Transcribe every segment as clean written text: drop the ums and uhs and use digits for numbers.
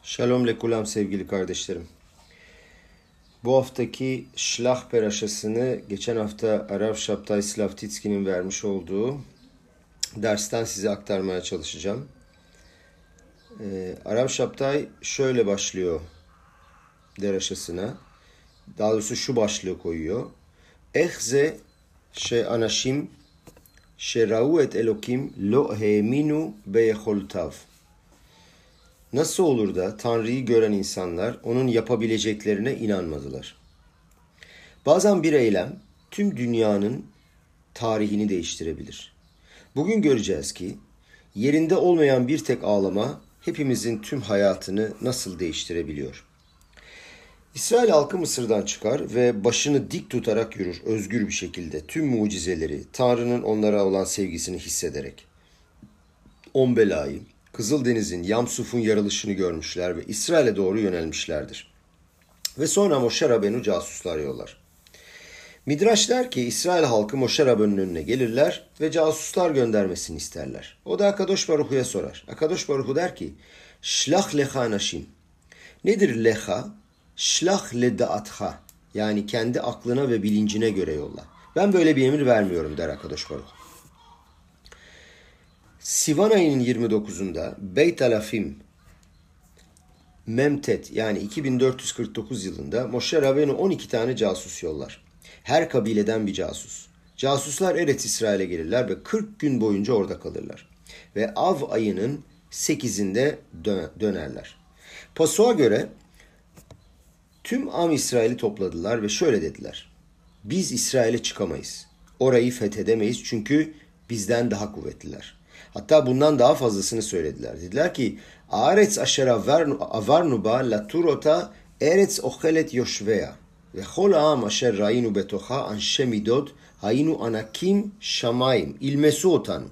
Shalom lekulam sevgili kardeşlerim. Bu haftaki Şlah Peraşasını geçen hafta Arav Şabtai Slavtitski'nin vermiş olduğu dersten size aktarmaya çalışacağım. Arav Şabtai şöyle başlıyor deraşasına. Daha doğrusu şu başlığı koyuyor. Ehze she'anashim she'ra'u et Elokim lo he'eminu beyecholtav. Nasıl olur da Tanrı'yı gören insanlar onun yapabileceklerine inanmadılar? Bazen bir eylem tüm dünyanın tarihini değiştirebilir. Bugün göreceğiz ki yerinde olmayan bir tek ağlama hepimizin tüm hayatını nasıl değiştirebiliyor. İsrail halkı Mısır'dan çıkar ve başını dik tutarak yürür özgür bir şekilde tüm mucizeleri, Tanrı'nın onlara olan sevgisini hissederek. 10 belayı, Kızıldeniz'in, Yamsuf'un yarılışını görmüşler ve İsrail'e doğru yönelmişlerdir. Ve sonra Moşe Rabbeinu casuslar yollar. Midraş der ki İsrail halkı Moşe Rabbeinu'nun önüne gelirler ve casuslar göndermesini isterler. O da Akadosh Baruhu'ya sorar. Akadosh Baruhu der ki Şlah lecha anashim. Nedir lecha? Şlah ledaatha. Yani kendi aklına ve bilincine göre yolla. Ben böyle bir emir vermiyorum der Akadosh Baruhu. Sivan ayının 29'unda Beyt Alafim Memtet yani 2449 yılında Moşe Rabbeinu 12 tane casus yollar. Her kabileden bir casus. Casuslar Eretz İsrail'e gelirler ve 40 gün boyunca orada kalırlar. Ve Av ayının 8'inde dönerler. Pasuk'a göre tüm Am İsrail'i topladılar ve şöyle dediler. Biz İsrail'e çıkamayız. Orayı fethedemeyiz çünkü bizden daha kuvvetliler. Hatta bundan daha fazlasını söylediler. Dediler ki Aretz asher avarnu ba laturota eretz ochelet yoshveya ve chol ha'am asher ra'inu betocha anshe midot hayinu anakim shamayim ilmesu otanu.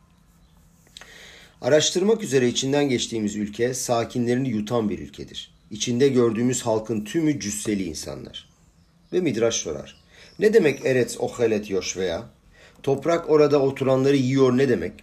Araştırmak üzere içinden geçtiğimiz ülke sakinlerini yutan bir ülkedir. İçinde gördüğümüz halkın tümü cüsseli insanlar. Ve Midraş sorar. Ne demek eretz ochelet yoshveya? Toprak orada oturanları yiyor ne demek?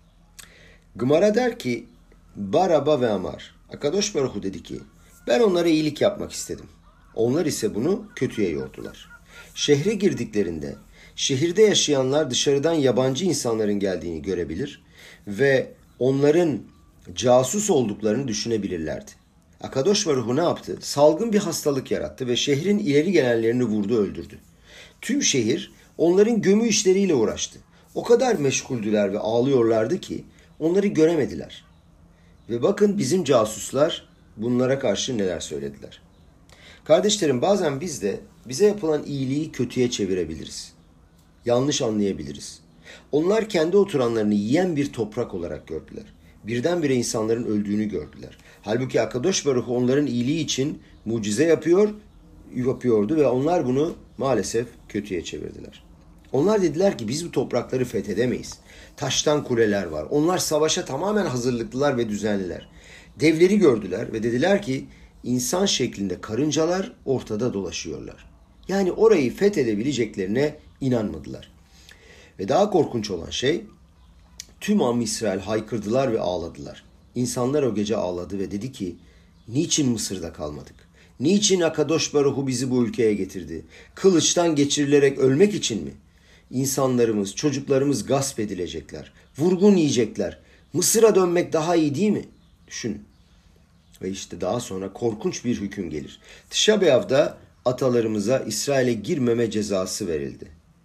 Gemara der ki Baraba ve Amar. Akadosh Baruhu dedi ki ben onlara iyilik yapmak istedim. Onlar ise bunu kötüye yordular. Şehre girdiklerinde şehirde yaşayanlar dışarıdan yabancı insanların geldiğini görebilir ve onların casus olduklarını düşünebilirlerdi. Akadosh Baruhu ne yaptı? Salgın bir hastalık yarattı ve şehrin ileri gelenlerini vurdu öldürdü. Tüm şehir onların gömü işleriyle uğraştı. O kadar meşguldüler ve ağlıyorlardı ki onları göremediler. Ve bakın bizim casuslar bunlara karşı neler söylediler. Kardeşlerim bazen biz de bize yapılan iyiliği kötüye çevirebiliriz. Yanlış anlayabiliriz. Onlar kendi oturanlarını yiyen bir toprak olarak gördüler. Birdenbire insanların öldüğünü gördüler. Halbuki Akadosh Baruhu onların iyiliği için mucize yapıyordu ve onlar bunu maalesef kötüye çevirdiler. Onlar dediler ki biz bu toprakları fethedemeyiz. Taştan kuleler var. Onlar savaşa tamamen hazırlıklılar ve düzenliler. Devleri gördüler ve dediler ki insan şeklinde karıncalar ortada dolaşıyorlar. Yani orayı fethedebileceklerine inanmadılar. Ve daha korkunç olan şey tüm Am İsrail haykırdılar ve ağladılar. İnsanlar o gece ağladı ve dedi ki niçin Mısır'da kalmadık? Niçin Akadosh Baruhu bizi bu ülkeye getirdi? Kılıçtan geçirilerek ölmek için mi? İnsanlarımız, çocuklarımız gasp edilecekler. Vurgun yiyecekler. Mısır'a dönmek daha iyi değil mi? Düşünün. Ve işte daha sonra korkunç bir hüküm gelir. Tişa B'Av'da atalarımıza İsrail'e girmeme cezası verildi.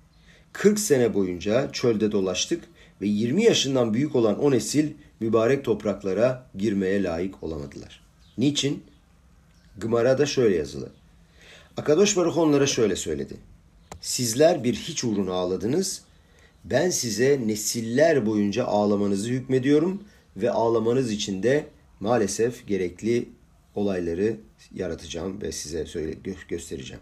40 sene boyunca çölde dolaştık ve 20 yaşından büyük olan o nesil mübarek topraklara girmeye layık olamadılar. Niçin? Gemara'da şöyle yazılı. Akadosh Baruch onlara şöyle söyledi. Sizler bir hiç uğruna ağladınız. Ben size nesiller boyunca ağlamanızı hükmediyorum ve ağlamanız için de maalesef gerekli olayları yaratacağım ve size göstereceğim.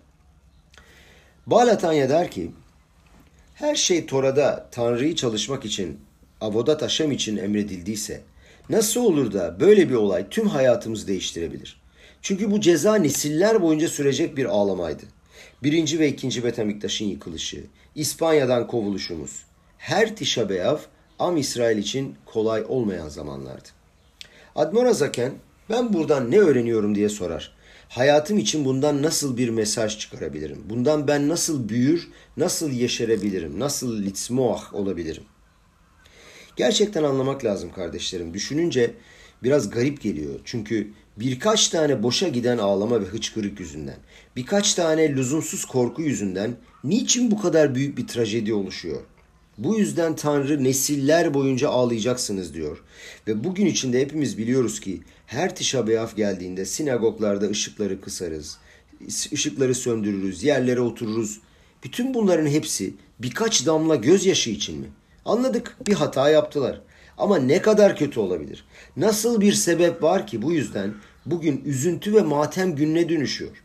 Baal Hatanya der ki, her şey Tora'da Tanrı'yı çalışmak için, Avodat Hashem için emredildiyse, nasıl olur da böyle bir olay tüm hayatımızı değiştirebilir? Çünkü bu ceza nesiller boyunca sürecek bir ağlamaydı. 1. ve 2. Betamiktaş'ın yıkılışı, İspanya'dan kovuluşumuz, her Tişa B'Av Am İsrail için kolay olmayan zamanlardı. Admor Azaken Ben buradan ne öğreniyorum diye sorar. Hayatım için bundan nasıl bir mesaj çıkarabilirim? Bundan ben nasıl büyür, nasıl yeşerebilirim, nasıl litzmoah olabilirim? Gerçekten anlamak lazım kardeşlerim. Düşününce biraz garip geliyor. Çünkü birkaç tane boşa giden ağlama ve hıçkırık yüzünden, birkaç tane lüzumsuz korku yüzünden niçin bu kadar büyük bir trajedi oluşuyor? Bu yüzden Tanrı nesiller boyunca ağlayacaksınız diyor. Ve bugün içinde hepimiz biliyoruz ki her Tişa B'Av geldiğinde sinagoglarda ışıkları kısarız, ışıkları söndürürüz, yerlere otururuz. Bütün bunların hepsi birkaç damla gözyaşı için mi? Anladık, bir hata yaptılar. Ama ne kadar kötü olabilir? Nasıl bir sebep var ki bu yüzden bugün üzüntü ve matem gününe dönüşüyor?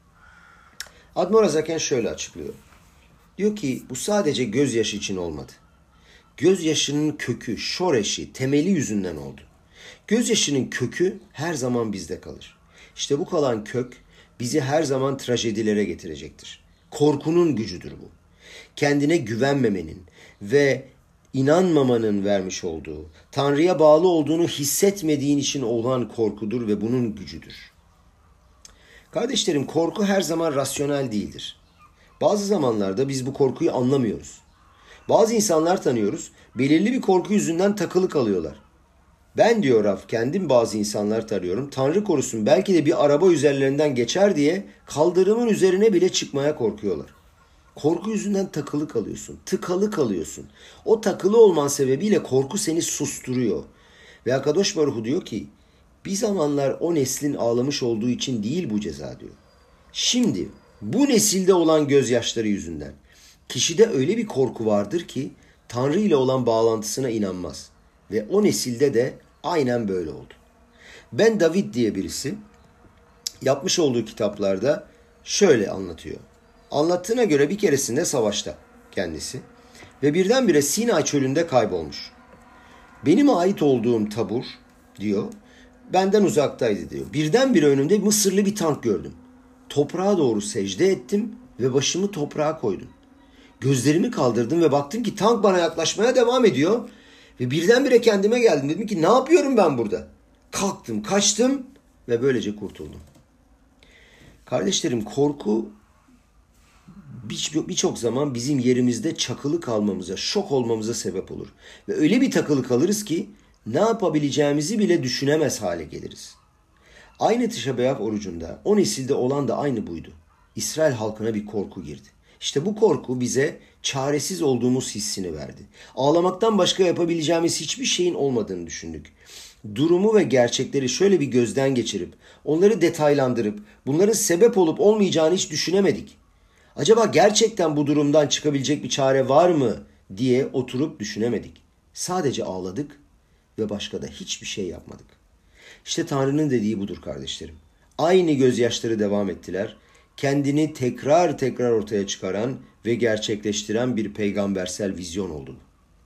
Admor Azaken şöyle açıklıyor. Diyor ki bu sadece gözyaşı için olmadı. Gözyaşının kökü, şoreşi, temeli yüzünden oldu. Gözyaşının kökü her zaman bizde kalır. İşte bu kalan kök bizi her zaman trajedilere getirecektir. Korkunun gücüdür bu. Kendine güvenmemenin ve inanmamanın vermiş olduğu, Tanrı'ya bağlı olduğunu hissetmediğin için olan korkudur ve bunun gücüdür. Kardeşlerim, korku her zaman rasyonel değildir. Bazı zamanlarda biz bu korkuyu anlamıyoruz. Bazı insanlar tanıyoruz, belirli bir korku yüzünden takılı kalıyorlar. Ben diyor Raf, kendim bazı insanlar tanıyorum, Tanrı korusun belki de bir araba üzerlerinden geçer diye kaldırımın üzerine bile çıkmaya korkuyorlar. Korku yüzünden takılı kalıyorsun, tıkalı kalıyorsun. O takılı olman sebebiyle korku seni susturuyor. Ve Akadosh Baruch Hu diyor ki, bir zamanlar o neslin ağlamış olduğu için değil bu ceza diyor. Şimdi bu nesilde olan gözyaşları yüzünden kişide öyle bir korku vardır ki Tanrı ile olan bağlantısına inanmaz. Ve o nesilde de aynen böyle oldu. Ben David diye birisi yapmış olduğu kitaplarda şöyle anlatıyor. Anlattığına göre bir keresinde savaşta kendisi ve birdenbire Sinay çölünde kaybolmuş. Benim ait olduğum tabur diyor benden uzaktaydı diyor. Birdenbire önümde Mısırlı bir tank gördüm. Toprağa doğru secde ettim ve başımı toprağa koydum. Gözlerimi kaldırdım ve baktım ki tank bana yaklaşmaya devam ediyor. Ve birdenbire kendime geldim. Dedim ki ne yapıyorum ben burada? Kalktım, kaçtım ve böylece kurtuldum. Kardeşlerim, korku birçok zaman bizim yerimizde çakılı kalmamıza, şok olmamıza sebep olur. Ve öyle bir takılı kalırız ki ne yapabileceğimizi bile düşünemez hale geliriz. Aynı Tişa B'Av orucunda o nesilde olan da aynı buydu. İsrail halkına bir korku girdi. İşte bu korku bize çaresiz olduğumuz hissini verdi. Ağlamaktan başka yapabileceğimiz hiçbir şeyin olmadığını düşündük. Durumu ve gerçekleri şöyle bir gözden geçirip, onları detaylandırıp, bunların sebep olup olmayacağını hiç düşünemedik. Acaba gerçekten bu durumdan çıkabilecek bir çare var mı diye oturup düşünemedik. Sadece ağladık ve başka da hiçbir şey yapmadık. İşte Tanrı'nın dediği budur kardeşlerim. Aynı gözyaşları devam ettiler. Kendini tekrar tekrar ortaya çıkaran ve gerçekleştiren bir peygambersel vizyon oldu.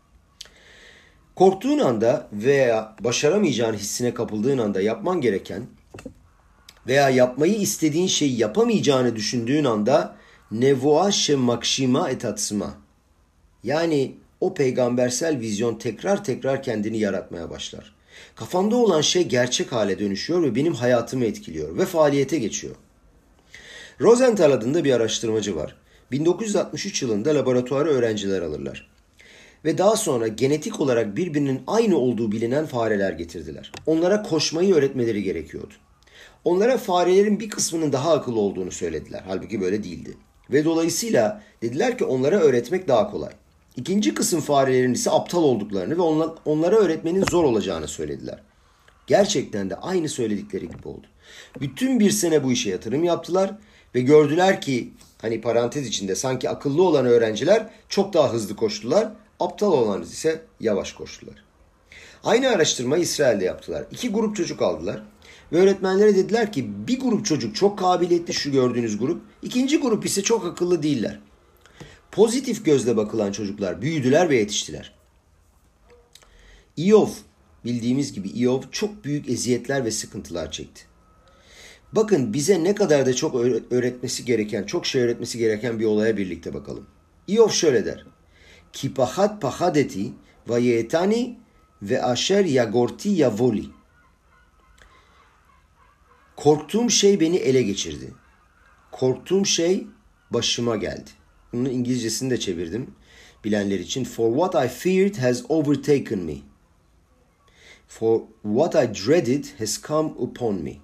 Korktuğun anda veya başaramayacağın hissine kapıldığın anda yapman gereken veya yapmayı istediğin şeyi yapamayacağını düşündüğün anda nevoa şemmakşima etatsıma, yani o peygambersel vizyon tekrar tekrar kendini yaratmaya başlar. Kafamda olan şey gerçek hale dönüşüyor ve benim hayatımı etkiliyor ve faaliyete geçiyor. Rosenthal adında bir araştırmacı var. 1963 yılında laboratuvara öğrenciler alırlar. Ve daha sonra genetik olarak birbirinin aynı olduğu bilinen fareler getirdiler. Onlara koşmayı öğretmeleri gerekiyordu. Onlara farelerin bir kısmının daha akıllı olduğunu söylediler. Halbuki böyle değildi. Ve dolayısıyla dediler ki onlara öğretmek daha kolay. İkinci kısım farelerin ise aptal olduklarını ve onlara öğretmenin zor olacağını söylediler. Gerçekten de aynı söyledikleri gibi oldu. Bütün bir sene bu işe yatırım yaptılar ve gördüler ki hani parantez içinde sanki akıllı olan öğrenciler çok daha hızlı koştular, aptal olanlar ise yavaş koştular. Aynı araştırmayı İsrail'de yaptılar. 2 grup çocuk aldılar ve öğretmenlere dediler ki bir grup çocuk çok kabiliyetli, şu gördüğünüz grup, ikinci grup ise çok akıllı değiller. Pozitif gözle bakılan çocuklar büyüdüler ve yetiştiler. İov, bildiğimiz gibi İov çok büyük eziyetler ve sıkıntılar çekti. Bakın bize ne kadar da çok öğretmesi gereken, çok şey öğretmesi gereken bir olaya birlikte bakalım. İov şöyle der. Ki pahat pahadeti ve yetani ve aşer yagorti yavoli. Korktuğum şey beni ele geçirdi. Korktuğum şey başıma geldi. Bunun İngilizcesini de çevirdim bilenler için. For what I feared has overtaken me. For what I dreaded has come upon me.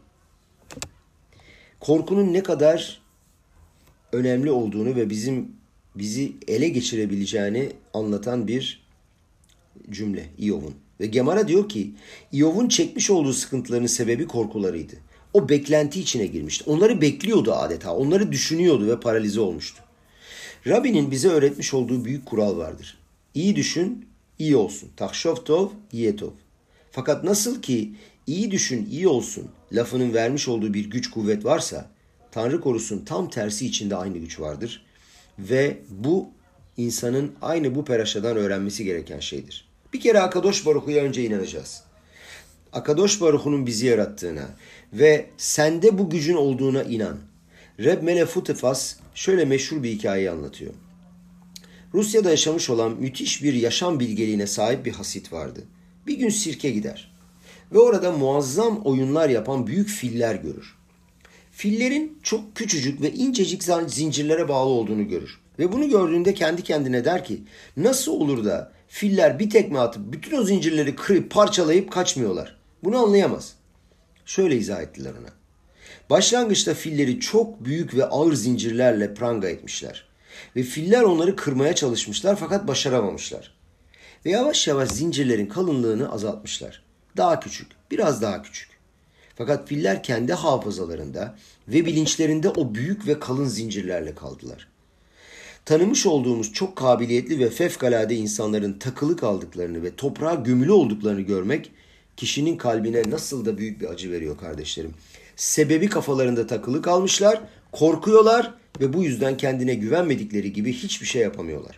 Korkunun ne kadar önemli olduğunu ve bizi ele geçirebileceğini anlatan bir cümle İyov'un. Ve Gemara diyor ki İyov'un çekmiş olduğu sıkıntıların sebebi korkularıydı. O beklenti içine girmişti. Onları bekliyordu adeta. Onları düşünüyordu ve paralize olmuştu. Rabbinin bize öğretmiş olduğu büyük kural vardır. İyi düşün, iyi olsun. Tahşov tov, yetov. Fakat nasıl ki iyi düşün, iyi olsun lafının vermiş olduğu bir güç kuvvet varsa, Tanrı korusun tam tersi içinde aynı güç vardır. Ve bu insanın aynı bu peraşadan öğrenmesi gereken şeydir. Bir kere Akadosh Baruhu'ya önce inanacağız. Akadosh Baruhu'nun bizi yarattığına ve sende bu gücün olduğuna inan. Reb Melech Futerfas şöyle meşhur bir hikayeyi anlatıyor. Rusya'da yaşamış olan müthiş bir yaşam bilgeliğine sahip bir hasit vardı. Bir gün sirke gider ve orada muazzam oyunlar yapan büyük filler görür. Fillerin çok küçücük ve incecik zincirlere bağlı olduğunu görür. Ve bunu gördüğünde kendi kendine der ki nasıl olur da filler bir tekme atıp bütün o zincirleri kırıp parçalayıp kaçmıyorlar? Bunu anlayamaz. Şöyle izah ettiler ona. Başlangıçta filleri çok büyük ve ağır zincirlerle pranga etmişler. Ve filler onları kırmaya çalışmışlar fakat başaramamışlar. Ve yavaş yavaş zincirlerin kalınlığını azaltmışlar. Daha küçük, biraz daha küçük. Fakat filler kendi hafızalarında ve bilinçlerinde o büyük ve kalın zincirlerle kaldılar. Tanımış olduğumuz çok kabiliyetli ve fevkalade insanların takılı kaldıklarını ve toprağa gömülü olduklarını görmek kişinin kalbine nasıl da büyük bir acı veriyor kardeşlerim. Sebebi kafalarında takılı kalmışlar, korkuyorlar ve bu yüzden kendine güvenmedikleri gibi hiçbir şey yapamıyorlar.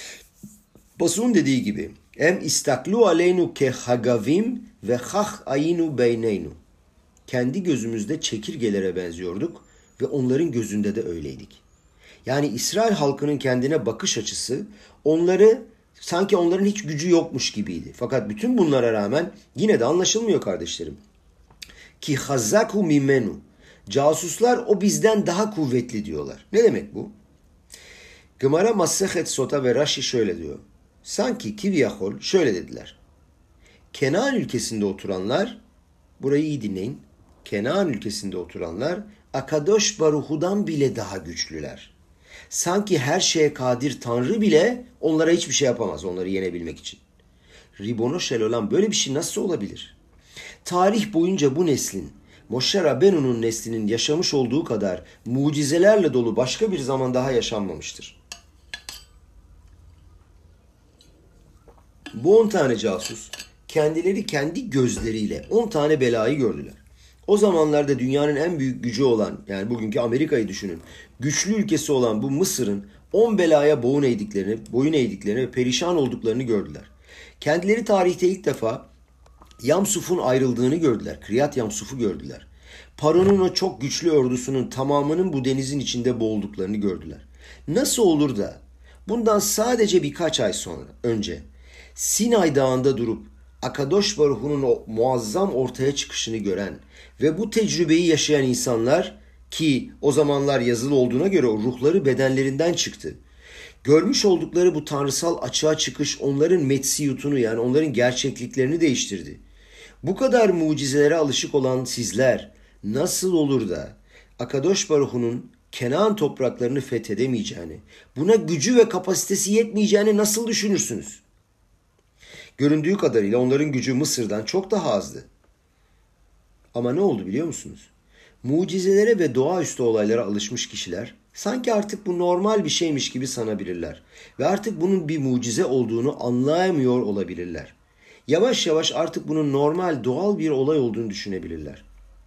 Basın dediği gibi em istaklu aleynu ke hagavim ve hah ayinu beyneynu. Kendi gözümüzde çekirgelere benziyorduk ve onların gözünde de öyleydik. Yani İsrail halkının kendine bakış açısı sanki onların hiç gücü yokmuş gibiydi. Fakat bütün bunlara rağmen yine de anlaşılmıyor kardeşlerim. Ki hazaku mimenu. Casuslar o bizden daha kuvvetli diyorlar. Ne demek bu? Gemara Masechet Sota ve Rashi şöyle diyor. Sanki Kiviyahol şöyle dediler. Kenan ülkesinde oturanlar, burayı iyi dinleyin. Kenan ülkesinde oturanlar Akadosh Baruhu'dan bile daha güçlüler. Sanki her şeye kadir Tanrı bile onlara hiçbir şey yapamaz onları yenebilmek için. Ribono Shel Olam böyle bir şey nasıl olabilir? Tarih boyunca bu neslin, Moshe Rabbeinu'nun neslinin yaşamış olduğu kadar mucizelerle dolu başka bir zaman daha yaşanmamıştır. Bu 10 tane casus kendileri kendi gözleriyle 10 tane belayı gördüler. O zamanlarda dünyanın en büyük gücü olan, yani bugünkü Amerika'yı düşünün, güçlü ülkesi olan bu Mısır'ın 10 belaya boyun eğdiklerini ve perişan olduklarını gördüler. Kendileri tarihte ilk defa Yamsuf'un ayrıldığını gördüler. Kriyat Yamsuf'u gördüler. Paro'nun o çok güçlü ordusunun tamamının bu denizin içinde boğulduklarını gördüler. Nasıl olur da bundan sadece birkaç ay önce Sinay Dağı'nda durup Akadosh Baruhu'nun o muazzam ortaya çıkışını gören ve bu tecrübeyi yaşayan insanlar ki o zamanlar yazılı olduğuna göre o ruhları bedenlerinden çıktı. Görmüş oldukları bu tanrısal açığa çıkış onların metsiyutunu yani onların gerçekliklerini değiştirdi. Bu kadar mucizelere alışık olan sizler nasıl olur da Akadosh Baruhu'nun Kenan topraklarını fethedemeyeceğini, buna gücü ve kapasitesi yetmeyeceğini nasıl düşünürsünüz? Göründüğü kadarıyla onların gücü Mısır'dan çok daha azdı. Ama ne oldu biliyor musunuz? Mucizelere ve doğaüstü olaylara alışmış kişiler sanki artık bu normal bir şeymiş gibi sanabilirler. Ve artık bunun bir mucize olduğunu anlayamıyor olabilirler. Yavaş yavaş artık bunun normal, doğal bir olay olduğunu düşünebilirler.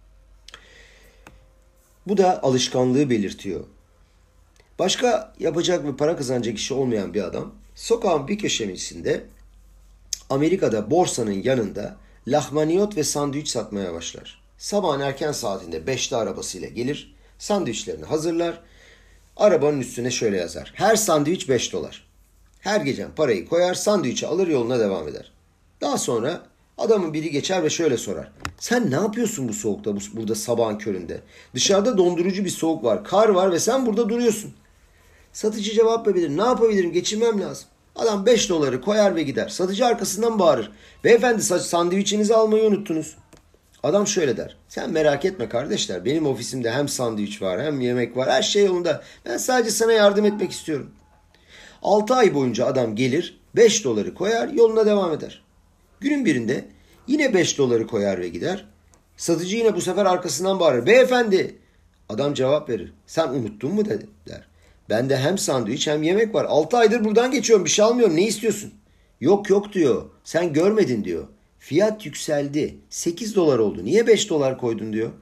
Bu da alışkanlığı belirtiyor. Başka yapacak ve para kazanacak işi olmayan bir adam sokağın bir köşesinde Amerika'da borsanın yanında lahmaniyot ve sandviç satmaya başlar. Sabahın erken saatinde 5'te arabasıyla gelir, sandviçlerini hazırlar. Arabanın üstüne şöyle yazar. Her sandviç $5. Her gecen parayı koyar, sandviçi alır yoluna devam eder. Daha sonra Adamın biri geçer ve şöyle sorar. Sen ne yapıyorsun bu soğukta, burada sabahın köründe? Dışarıda dondurucu bir soğuk var, kar var ve sen burada duruyorsun. Satıcı cevap verir. Ne yapabilirim? Geçinmem lazım. Adam 5 doları koyar ve gider. Satıcı arkasından bağırır. Beyefendi sandviçinizi almayı unuttunuz. Adam şöyle der. Sen merak etme kardeşler. Benim ofisimde hem sandviç var hem yemek var. Her şey yolunda. Ben sadece sana yardım etmek istiyorum. 6 ay boyunca adam gelir 5 doları koyar yoluna devam eder. Günün birinde yine 5 doları koyar ve gider. Satıcı yine bu sefer arkasından bağırır. Beyefendi. Adam cevap verir. Sen unuttun mu dedi der. Bende hem sandviç hem yemek var. 6 aydır buradan geçiyorum. Bir şey almıyorum. Ne istiyorsun? Yok yok diyor. Sen görmedin diyor. Fiyat yükseldi. 8 dolar oldu. Niye 5 dolar koydun diyor.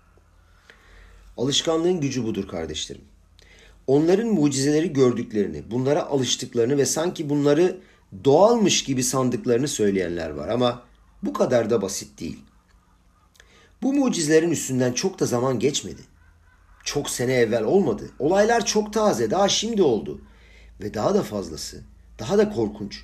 Alışkanlığın gücü budur kardeşlerim. Onların mucizeleri gördüklerini, bunlara alıştıklarını ve sanki bunları doğalmış gibi sandıklarını söyleyenler var. Ama bu kadar da basit değil. Bu mucizelerin üstünden çok da zaman geçmedi. Çok sene evvel olmadı. Olaylar çok taze, daha şimdi oldu. Ve daha da fazlası, daha da korkunç.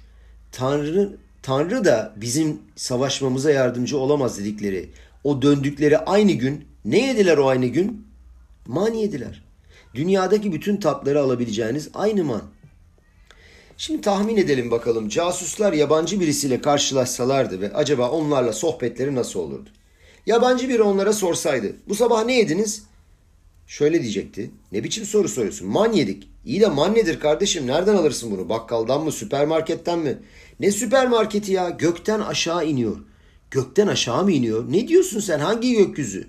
Tanrı da bizim savaşmamıza yardımcı olamaz dedikleri, o döndükleri aynı gün, ne yediler o aynı gün? Man yediler. Dünyadaki bütün tatları alabileceğiniz aynı man. Şimdi tahmin edelim bakalım, casuslar yabancı birisiyle karşılaşsalardı ve acaba onlarla sohbetleri nasıl olurdu? Yabancı biri onlara sorsaydı, bu sabah ne yediniz? Şöyle diyecekti. Ne biçim soru soruyorsun? Man yedik. İyi de man nedir kardeşim? Nereden alırsın bunu? Bakkaldan mı? Süpermarketten mi? Ne süpermarketi ya? Gökten aşağı iniyor. Gökten aşağı mı iniyor? Ne diyorsun sen? Hangi gökyüzü?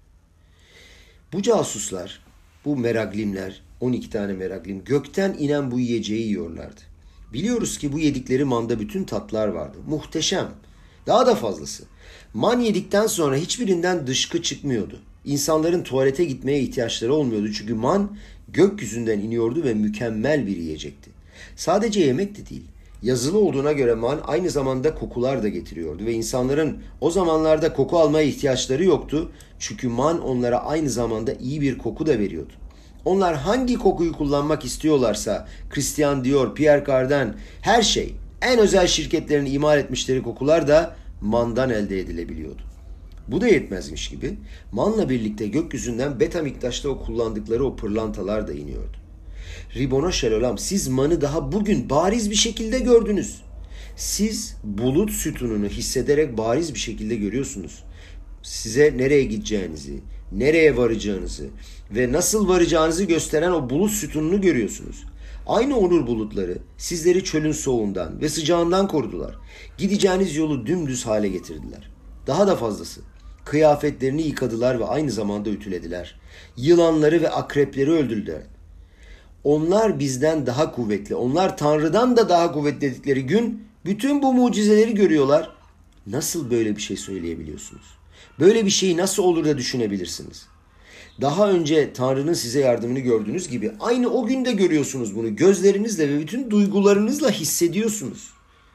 Bu casuslar, bu meraglimler, 12 tane meraglim gökten inen bu yiyeceği yiyorlardı. Biliyoruz ki bu yedikleri manda bütün tatlar vardı. Muhteşem. Daha da fazlası. Man yedikten sonra hiçbirinden dışkı çıkmıyordu. İnsanların tuvalete gitmeye ihtiyaçları olmuyordu. Çünkü man gökyüzünden iniyordu ve mükemmel bir yiyecekti. Sadece yemek de değil. Yazılı olduğuna göre man aynı zamanda kokular da getiriyordu. Ve insanların o zamanlarda koku almaya ihtiyaçları yoktu. Çünkü man onlara aynı zamanda iyi bir koku da veriyordu. Onlar hangi kokuyu kullanmak istiyorlarsa, Christian Dior, Pierre Cardin, her şey, en özel şirketlerin imal etmişleri kokular da mandan elde edilebiliyordu. Bu da yetmezmiş gibi manla birlikte gökyüzünden Betamiktaş'ta o kullandıkları o pırlantalar da iniyordu. Ribono Şelolam, siz manı daha bugün bariz bir şekilde gördünüz. Siz bulut sütununu hissederek bariz bir şekilde görüyorsunuz. Size nereye gideceğinizi, nereye varacağınızı ve nasıl varacağınızı gösteren o bulut sütununu görüyorsunuz. Aynı onur bulutları sizleri çölün soğuğundan ve sıcağından korudular. Gideceğiniz yolu dümdüz hale getirdiler. Daha da fazlası, kıyafetlerini yıkadılar ve aynı zamanda ütülediler. Yılanları ve akrepleri öldürdüler. Onlar bizden daha kuvvetli, onlar Tanrı'dan da daha kuvvetli dedikleri gün bütün bu mucizeleri görüyorlar. Nasıl böyle bir şey söyleyebiliyorsunuz? Böyle bir şeyi nasıl olur da düşünebilirsiniz? Daha önce Tanrı'nın size yardımını gördüğünüz gibi aynı o günde görüyorsunuz bunu. Gözlerinizle ve bütün duygularınızla hissediyorsunuz.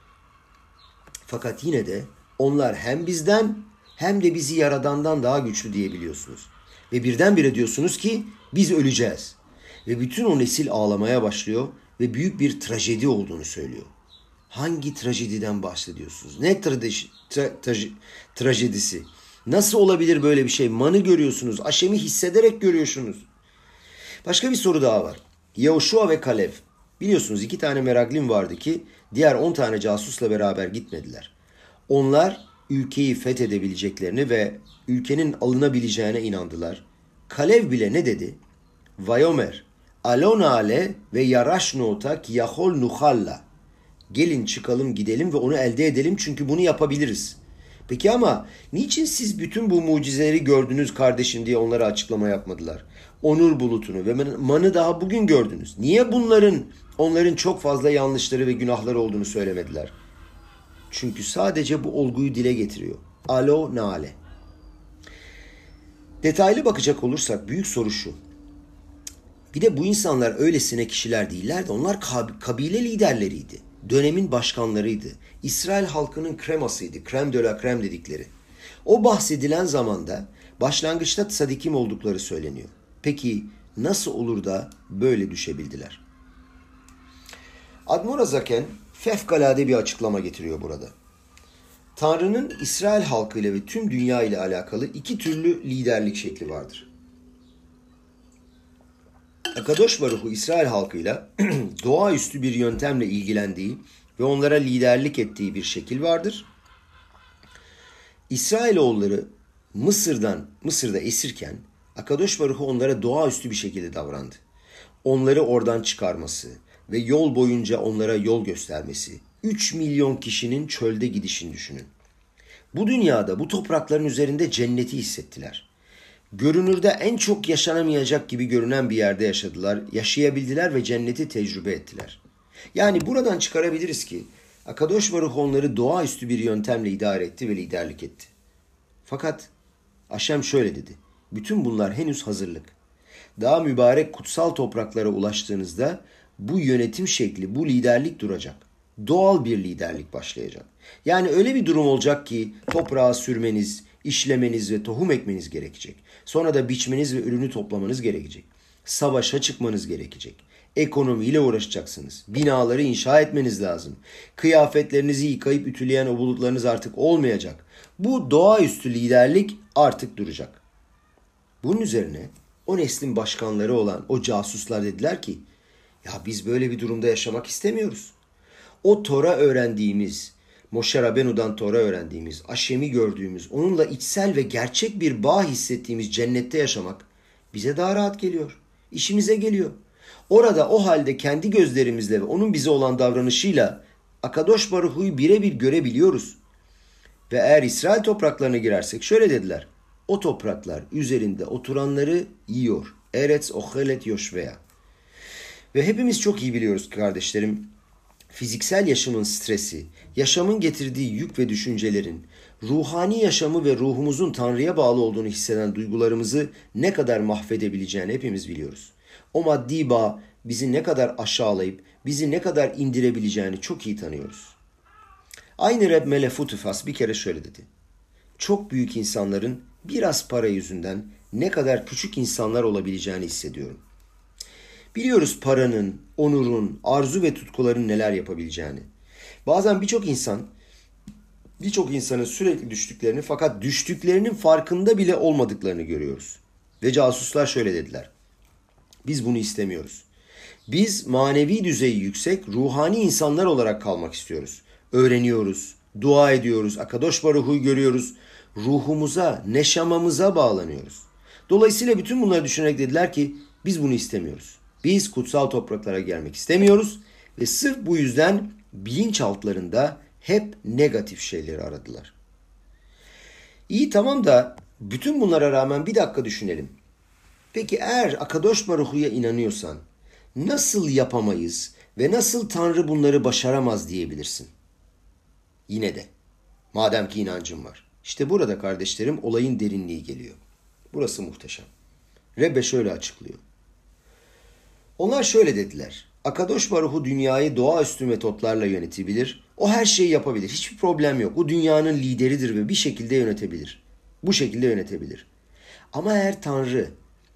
Fakat yine de onlar hem bizden hem de bizi Yaradan'dan daha güçlü diyebiliyorsunuz. Ve birdenbire diyorsunuz ki biz öleceğiz. Ve bütün o nesil ağlamaya başlıyor ve büyük bir trajedi olduğunu söylüyor. Hangi trajediden bahsediyorsunuz? Ne trajedisi? Nasıl olabilir böyle bir şey? Manı görüyorsunuz, aşemi hissederek görüyorsunuz. Başka bir soru daha var. Yehoşua ve Kalev. Biliyorsunuz 2 tane meraglim vardı ki diğer 10 tane casusla beraber gitmediler. Onlar ülkeyi fethedebileceklerini ve ülkenin alınabileceğine inandılar. Kalev bile ne dedi? Vayomer, alona ale ve yaraşnota ki yahol nuhalla. Gelin çıkalım gidelim ve onu elde edelim çünkü bunu yapabiliriz. Peki ama niçin siz bütün bu mucizeleri gördünüz kardeşim diye onlara açıklama yapmadılar? Onur bulutunu ve manı daha bugün gördünüz. Niye onların çok fazla yanlışları ve günahları olduğunu söylemediler? Çünkü sadece bu olguyu dile getiriyor. Alo nale. Detaylı bakacak olursak büyük soru şu. Bir de bu insanlar öylesine kişiler değillerdi. Onlar kabile liderleriydi. Dönemin başkanlarıydı. İsrail halkının kremasıydı. Crème de la crème dedikleri. O bahsedilen zamanda başlangıçta tsadikim oldukları söyleniyor. Peki nasıl olur da böyle düşebildiler? Admor Azaken fevkalade bir açıklama getiriyor burada. Tanrı'nın İsrail halkıyla ve tüm dünya ile alakalı iki türlü liderlik şekli vardır. Akadosh Baruhu İsrail halkıyla doğaüstü bir yöntemle ilgilendiği ve onlara liderlik ettiği bir şekil vardır. İsrailoğulları Mısır'da esirken Akadosh Baruhu onlara doğaüstü bir şekilde davrandı. Onları oradan çıkarması ve yol boyunca onlara yol göstermesi, 3 milyon kişinin çölde gidişini düşünün. Bu dünyada, bu toprakların üzerinde cenneti hissettiler. Görünürde en çok yaşanamayacak gibi görünen bir yerde yaşadılar, yaşayabildiler ve cenneti tecrübe ettiler. Yani buradan çıkarabiliriz ki Akadosh Baruch onları doğaüstü bir yöntemle idare etti ve liderlik etti. Fakat Haşem şöyle dedi: bütün bunlar henüz hazırlık. Daha mübarek kutsal topraklara ulaştığınızda bu yönetim şekli, bu liderlik duracak. Doğal bir liderlik başlayacak. Yani öyle bir durum olacak ki toprağa sürmeniz, işlemeniz ve tohum ekmeniz gerekecek. Sonra da biçmeniz ve ürünü toplamanız gerekecek. Savaşa çıkmanız gerekecek. Ekonomiyle uğraşacaksınız. Binaları inşa etmeniz lazım. Kıyafetlerinizi yıkayıp ütüleyen o bulutlarınız artık olmayacak. Bu doğaüstü liderlik artık duracak. Bunun üzerine o neslin başkanları olan o casuslar dediler ki, ya biz böyle bir durumda yaşamak istemiyoruz. O Tora öğrendiğimiz, Moşe Rabenu'dan Tora öğrendiğimiz, Haşem'i gördüğümüz, onunla içsel ve gerçek bir bağ hissettiğimiz cennette yaşamak bize daha rahat geliyor. İşimize geliyor. Orada o halde kendi gözlerimizle ve onun bize olan davranışıyla Akadosh Baruhu'yu birebir görebiliyoruz. Ve eğer İsrail topraklarına girersek şöyle dediler: o topraklar üzerinde oturanları yiyor. Eretz ochelet yoshveya. Ve hepimiz çok iyi biliyoruz kardeşlerim, fiziksel yaşamın stresi, yaşamın getirdiği yük ve düşüncelerin, ruhani yaşamı ve ruhumuzun Tanrı'ya bağlı olduğunu hisseden duygularımızı ne kadar mahvedebileceğini hepimiz biliyoruz. O maddi bağ bizi ne kadar aşağılayıp bizi ne kadar indirebileceğini çok iyi tanıyoruz. Aynı Reb Melef Utifas bir kere şöyle dedi: çok büyük insanların biraz para yüzünden ne kadar küçük insanlar olabileceğini hissediyorum. Biliyoruz paranın, onurun, arzu ve tutkuların neler yapabileceğini. Bazen birçok insanın sürekli düştüklerini, fakat düştüklerinin farkında bile olmadıklarını görüyoruz. Ve casuslar şöyle dediler: biz bunu istemiyoruz. Biz manevi düzeyi yüksek, ruhani insanlar olarak kalmak istiyoruz. Öğreniyoruz, dua ediyoruz, Akadosh Baruhu'yu görüyoruz, ruhumuza, neşamamıza bağlanıyoruz. Dolayısıyla bütün bunları düşünerek dediler ki biz bunu istemiyoruz. Biz kutsal topraklara gelmek istemiyoruz ve sırf bu yüzden bilinçaltlarında hep negatif şeyleri aradılar. İyi, tamam da bütün bunlara rağmen bir dakika düşünelim. Peki eğer Akadosh Baruhu'ya inanıyorsan nasıl yapamayız ve nasıl Tanrı bunları başaramaz diyebilirsin? Yine de madem ki inancım var. İşte burada kardeşlerim olayın derinliği geliyor. Burası muhteşem. Rebbe şöyle açıklıyor. Onlar şöyle dediler: Akadosh Baruhu dünyayı doğaüstü metotlarla yönetebilir. O her şeyi yapabilir. Hiçbir problem yok. O dünyanın lideridir ve bir şekilde yönetebilir. Bu şekilde yönetebilir. Ama eğer Tanrı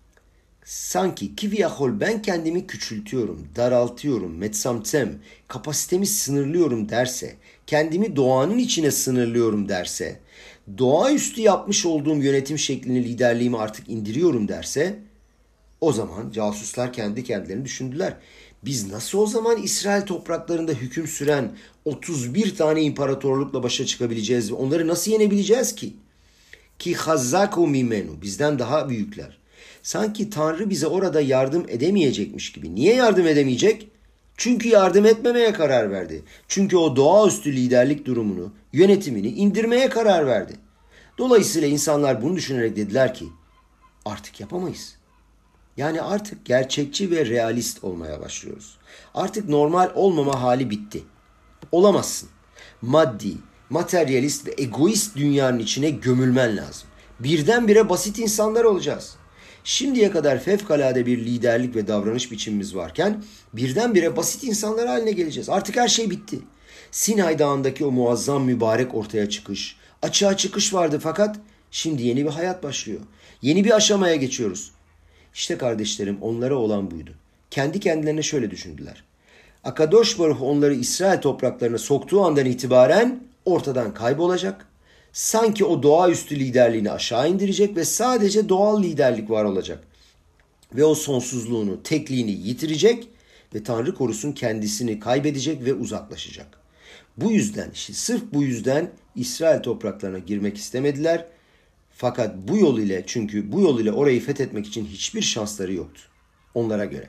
sanki kiviyahol ben kendimi küçültüyorum, daraltıyorum, metsamtsem, kapasitemi sınırlıyorum derse, kendimi doğanın içine sınırlıyorum derse, doğaüstü yapmış olduğum yönetim şeklini, liderliğimi artık indiriyorum derse, o zaman casuslar kendi kendilerini düşündüler. Biz nasıl o zaman İsrail topraklarında hüküm süren 31 tane imparatorlukla başa çıkabileceğiz ve onları nasıl yenebileceğiz ki? Ki hazzaku mimenu, bizden daha büyükler. Sanki Tanrı bize orada yardım edemeyecekmiş gibi. Niye yardım edemeyecek? Çünkü yardım etmemeye karar verdi. Çünkü o doğaüstü liderlik durumunu, yönetimini indirmeye karar verdi. Dolayısıyla insanlar bunu düşünerek dediler ki artık yapamayız. Yani artık gerçekçi ve realist olmaya başlıyoruz. Artık normal olmama hali bitti. Olamazsın. Maddi, materyalist ve egoist dünyanın içine gömülmen lazım. Birdenbire basit insanlar olacağız. Şimdiye kadar fevkalade bir liderlik ve davranış biçimimiz varken birdenbire basit insanlar haline geleceğiz. Artık her şey bitti. Sinay Dağı'ndaki o muazzam mübarek ortaya çıkış, açığa çıkış vardı, fakat şimdi yeni bir hayat başlıyor. Yeni bir aşamaya geçiyoruz. İşte kardeşlerim onlara olan buydu. Kendi kendilerine şöyle düşündüler: Akadosh Baruch onları İsrail topraklarına soktuğu andan itibaren ortadan kaybolacak. Sanki o doğaüstü liderliğini aşağı indirecek ve sadece doğal liderlik var olacak. Ve o sonsuzluğunu, tekliğini yitirecek ve Tanrı korusun kendisini kaybedecek ve uzaklaşacak. Bu yüzden, işte sırf bu yüzden İsrail topraklarına girmek istemediler. Fakat bu yol ile, çünkü bu yol ile orayı fethetmek için hiçbir şansları yoktu onlara göre.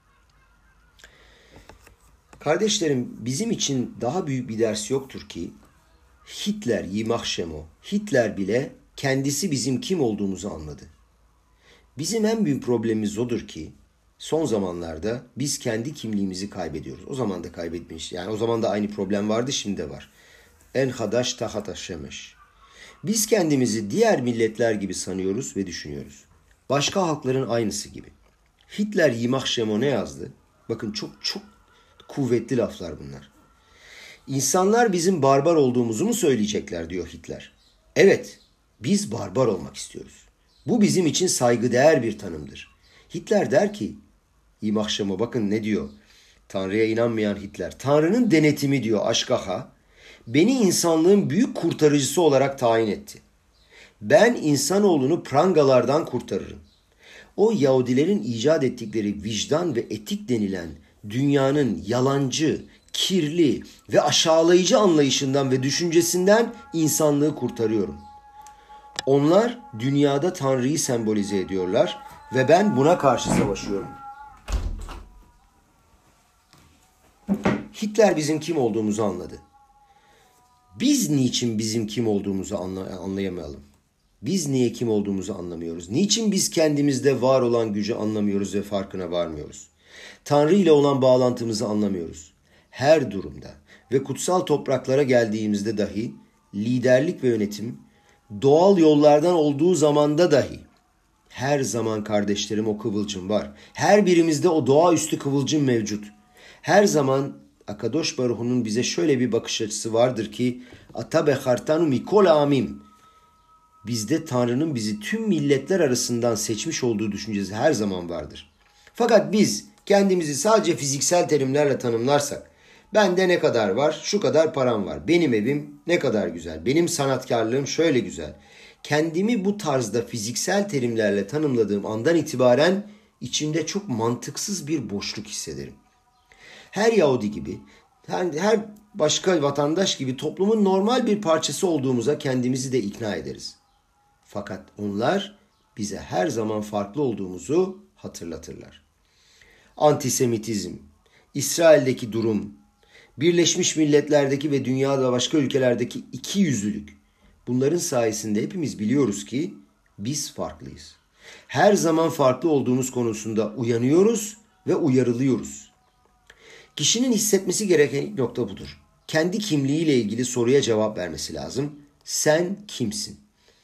Kardeşlerim, bizim için daha büyük bir ders yoktur ki Hitler, Yimach Shemo, Hitler bile kendisi bizim kim olduğumuzu anladı. Bizim en büyük problemimiz odur ki son zamanlarda biz kendi kimliğimizi kaybediyoruz. O zaman da kaybetmiş. Yani o zaman da aynı problem vardı, şimdi de var. En hadaş tahat shemesh. Biz kendimizi diğer milletler gibi sanıyoruz ve düşünüyoruz. Başka halkların aynısı gibi. Hitler Yimach Shemo ne yazdı? Bakın çok kuvvetli laflar bunlar. İnsanlar bizim barbar olduğumuzu mu söyleyecekler diyor Hitler. Evet, biz barbar olmak istiyoruz. Bu bizim için saygıdeğer bir tanımdır. Hitler der ki, Yimach Shemo bakın ne diyor? Tanrı'ya inanmayan Hitler. Tanrı'nın denetimi diyor Aşkaha, beni insanlığın büyük kurtarıcısı olarak tayin etti. Ben insanoğlunu prangalardan kurtarırım. O Yahudilerin icat ettikleri vicdan ve etik denilen dünyanın yalancı, kirli ve aşağılayıcı anlayışından ve düşüncesinden insanlığı kurtarıyorum. Onlar dünyada Tanrı'yı sembolize ediyorlar ve ben buna karşı savaşıyorum. Hitler bizim kim olduğumuzu anladı. Biz niçin bizim kim olduğumuzu anlayamayalım? Biz niye kim olduğumuzu anlamıyoruz? Niçin biz kendimizde var olan gücü anlamıyoruz ve farkına varmıyoruz? Tanrı ile olan bağlantımızı anlamıyoruz. Her durumda ve kutsal topraklara geldiğimizde dahi liderlik ve yönetim doğal yollardan olduğu zamanda dahi her zaman kardeşlerim o kıvılcım var. Her birimizde o doğaüstü kıvılcım mevcut. Her zaman Akadosh Baruhu'nun bize şöyle bir bakış açısı vardır ki Ata behartanu mikol amim. Bizde Tanrı'nın bizi tüm milletler arasından seçmiş olduğu düşüncesi her zaman vardır. Fakat biz kendimizi sadece fiziksel terimlerle tanımlarsak, bende ne kadar var, şu kadar param var, benim evim ne kadar güzel, benim sanatkarlığım şöyle güzel. Kendimi bu tarzda fiziksel terimlerle tanımladığım andan itibaren içimde çok mantıksız bir boşluk hissederim. Her Yahudi gibi, her başka vatandaş gibi toplumun normal bir parçası olduğumuza kendimizi de ikna ederiz. Fakat onlar bize her zaman farklı olduğumuzu hatırlatırlar. Antisemitizm, İsrail'deki durum, Birleşmiş Milletler'deki ve dünyada başka ülkelerdeki ikiyüzlülük. Bunların sayesinde hepimiz biliyoruz ki biz farklıyız. Her zaman farklı olduğumuz konusunda uyanıyoruz ve uyarılıyoruz. Kişinin hissetmesi gereken ilk nokta budur. Kendi kimliğiyle ilgili soruya cevap vermesi lazım. Sen kimsin?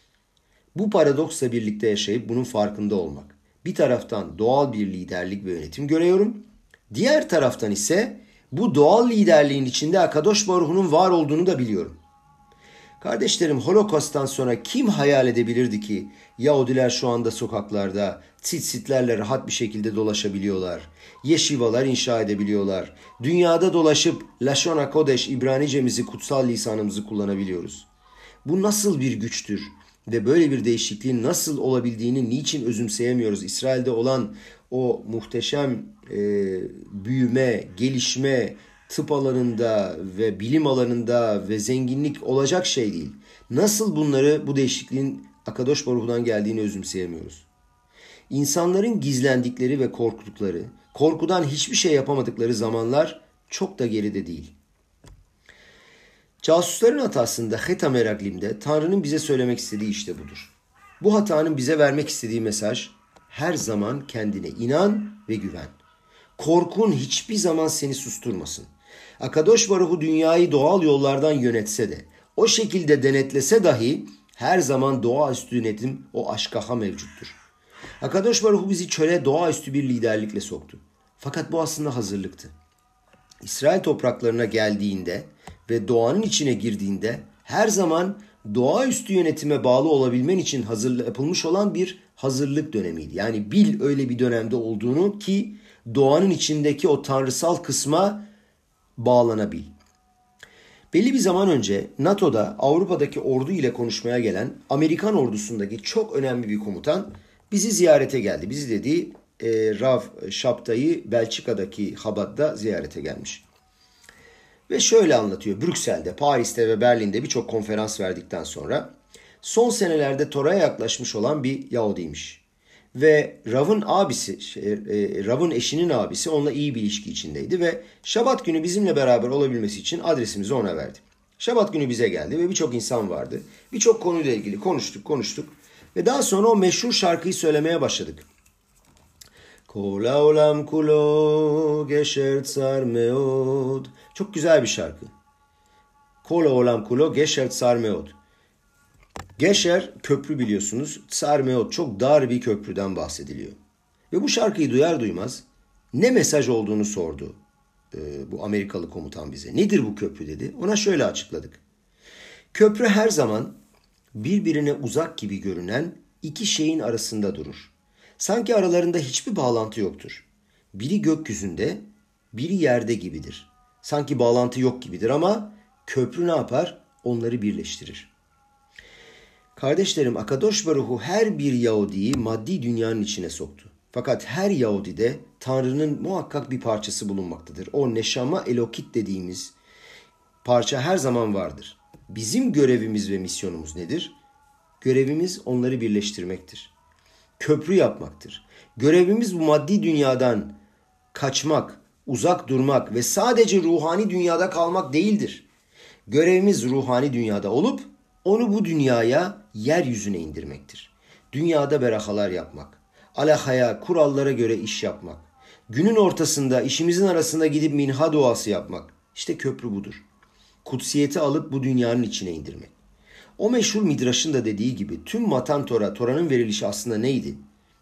Bu paradoksla birlikte yaşayıp bunun farkında olmak. Bir taraftan doğal bir liderlik ve yönetim görüyorum. Diğer taraftan ise bu doğal liderliğin içinde Akadosh Baruhu'nun var olduğunu da biliyorum. Kardeşlerim, Holocaust'tan sonra kim hayal edebilirdi ki Yahudiler şu anda sokaklarda tsitsitlerle rahat bir şekilde dolaşabiliyorlar. Yeşivalar inşa edebiliyorlar. Dünyada dolaşıp Lashon HaKodesh, İbranicemizi, kutsal lisanımızı kullanabiliyoruz. Bu nasıl bir güçtür? Ve böyle bir değişikliğin nasıl olabildiğini niçin özümseyemiyoruz? İsrail'de olan o muhteşem büyüme, gelişme, tıp alanında ve bilim alanında ve zenginlik olacak şey değil. Nasıl bu değişikliğin Akadosh Baruhu'dan geldiğini özümseyemiyoruz? İnsanların gizlendikleri ve korktukları, korkudan hiçbir şey yapamadıkları zamanlar çok da geride değil. Casusların hatasında Heta Meraglim'de Tanrı'nın bize söylemek istediği işte budur. Bu hatanın bize vermek istediği mesaj her zaman kendine inan ve güven. Korkun hiçbir zaman seni susturmasın. Akadosh Baruhu dünyayı doğal yollardan yönetse de, o şekilde denetlese dahi her zaman doğaüstü yönetim o aşkaha mevcuttur. Akadosh Baruhu bizi çöle doğaüstü bir liderlikle soktu. Fakat bu aslında hazırlıktı. İsrail topraklarına geldiğinde ve doğanın içine girdiğinde her zaman doğaüstü yönetime bağlı olabilmen için yapılmış olan bir hazırlık dönemiydi. Yani bil öyle bir dönemde olduğunu ki doğanın içindeki o tanrısal kısma bağlanabil. Belli bir zaman önce NATO'da Avrupa'daki ordu ile konuşmaya gelen Amerikan ordusundaki çok önemli bir komutan bizi ziyarete geldi. Bizi dediği Rav Şaptay'ı Belçika'daki Chabad'da ziyarete gelmiş. Ve şöyle anlatıyor. Brüksel'de, Paris'te ve Berlin'de birçok konferans verdikten sonra son senelerde Tora'ya yaklaşmış olan bir Yahudiymiş. Ve Rav'ın abisi, Rav'ın eşinin abisi onunla iyi bir ilişki içindeydi ve Şabat günü bizimle beraber olabilmesi için adresimizi ona verdi. Şabat günü bize geldi ve birçok insan vardı. Birçok konuyla ilgili konuştuk ve daha sonra o meşhur şarkıyı söylemeye başladık. Kol haolam kulo gesher tsar meod. Çok güzel bir şarkı. Kol haolam kulo gesher tsar meod. Gesher köprü biliyorsunuz. Tsar meod çok dar bir köprüden bahsediliyor. Ve bu şarkıyı duyar duymaz ne mesaj olduğunu sordu bu Amerikalı komutan bize. Nedir bu köprü dedi. Ona şöyle açıkladık. Köprü her zaman birbirine uzak gibi görünen iki şeyin arasında durur. Sanki aralarında hiçbir bağlantı yoktur. Biri gökyüzünde, biri yerde gibidir. Sanki bağlantı yok gibidir ama köprü ne yapar? Onları birleştirir. Kardeşlerim, Akadosh Baruhu her bir Yahudi'yi maddi dünyanın içine soktu. Fakat her Yahudi'de Tanrı'nın muhakkak bir parçası bulunmaktadır. O neşama elokit dediğimiz parça her zaman vardır. Bizim görevimiz ve misyonumuz nedir? Görevimiz onları birleştirmektir. Köprü yapmaktır. Görevimiz bu maddi dünyadan kaçmak, uzak durmak ve sadece ruhani dünyada kalmak değildir. Görevimiz ruhani dünyada olup onu bu dünyaya, yeryüzüne indirmektir. Dünyada berakalar yapmak, alahaya, kurallara göre iş yapmak, günün ortasında işimizin arasında gidip minha duası yapmak. İşte köprü budur. Kutsiyeti alıp bu dünyanın içine indirmek. O meşhur Midraş'ın da dediği gibi tüm Matan Tora, Tora'nın verilişi aslında neydi?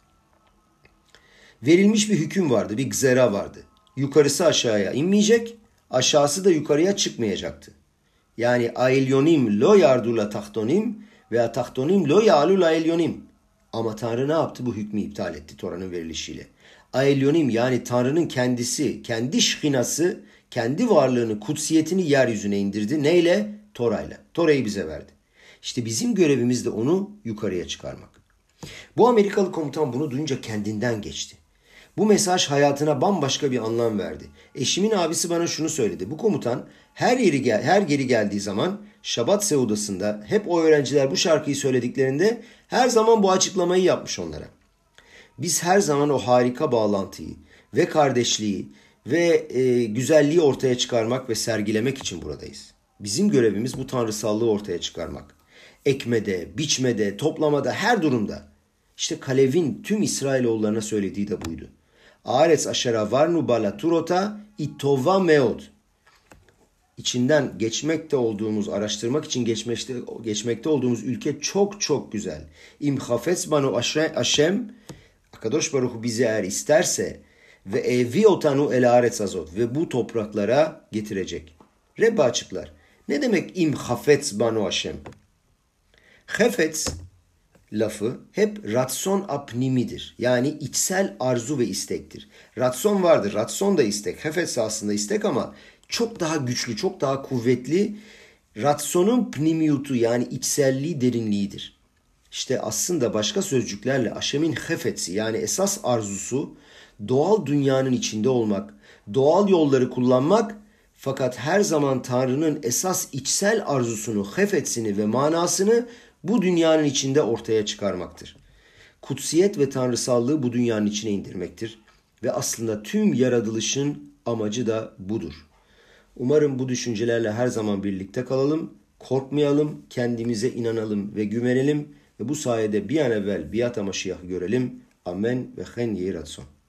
Verilmiş bir hüküm vardı, bir gzera vardı. Yukarısı aşağıya inmeyecek, aşağısı da yukarıya çıkmayacaktı. Yani aelyonim lo yardula tahtonim veya tahtonim lo yalul aelyonim. Ama Tanrı ne yaptı? Bu hükmü iptal etti Tora'nın verilişiyle. Aelyonim yani Tanrı'nın kendisi, kendi şhinası, kendi varlığını, kutsiyetini yeryüzüne indirdi. Neyle? Tora'yla. Tora'yı bize verdi. İşte bizim görevimiz de onu yukarıya çıkarmak. Bu Amerikalı komutan bunu duyunca kendinden geçti. Bu mesaj hayatına bambaşka bir anlam verdi. Eşimin abisi bana şunu söyledi. Bu komutan her geri geldiği zaman Şabat Seudası'nda hep o öğrenciler bu şarkıyı söylediklerinde her zaman bu açıklamayı yapmış onlara. Biz her zaman o harika bağlantıyı ve kardeşliği ve güzelliği ortaya çıkarmak ve sergilemek için buradayız. Bizim görevimiz bu tanrısallığı ortaya çıkarmak. Ekmede, biçmede, toplamada, her durumda. İşte Kalev'in tüm İsrailoğullarına söylediği de buydu. Aretz aşera varnu bala turota itova meod. İçinden geçmekte olduğumuz, araştırmak için geçmekte olduğumuz ülke çok çok güzel. İm hafetz banu aşem, Akadosh Baruch bizi eğer isterse ve evi otanu el aretz azot ve bu topraklara getirecek. Rebbe açıklar. Ne demek im hafetz banu aşem? Hefetz lafı hep ratson apnimidir. Yani içsel arzu ve istektir. Ratson vardır. Ratson da istek. Hefetz aslında istek ama çok daha güçlü, çok daha kuvvetli. Ratsonun pnimiyutu yani içselliği, derinliğidir. İşte aslında başka sözcüklerle Aşem'in hefetsi yani esas arzusu doğal dünyanın içinde olmak, doğal yolları kullanmak fakat her zaman Tanrı'nın esas içsel arzusunu, hefetsini ve manasını bu dünyanın içinde ortaya çıkarmaktır. Kutsiyet ve tanrısallığı bu dünyanın içine indirmektir. Ve aslında tüm yaratılışın amacı da budur. Umarım bu düşüncelerle her zaman birlikte kalalım, korkmayalım, kendimize inanalım ve güvenelim ve bu sayede bir an evvel Biyat HaMaşiyah'ı görelim. Amen ve chen yehi ratson.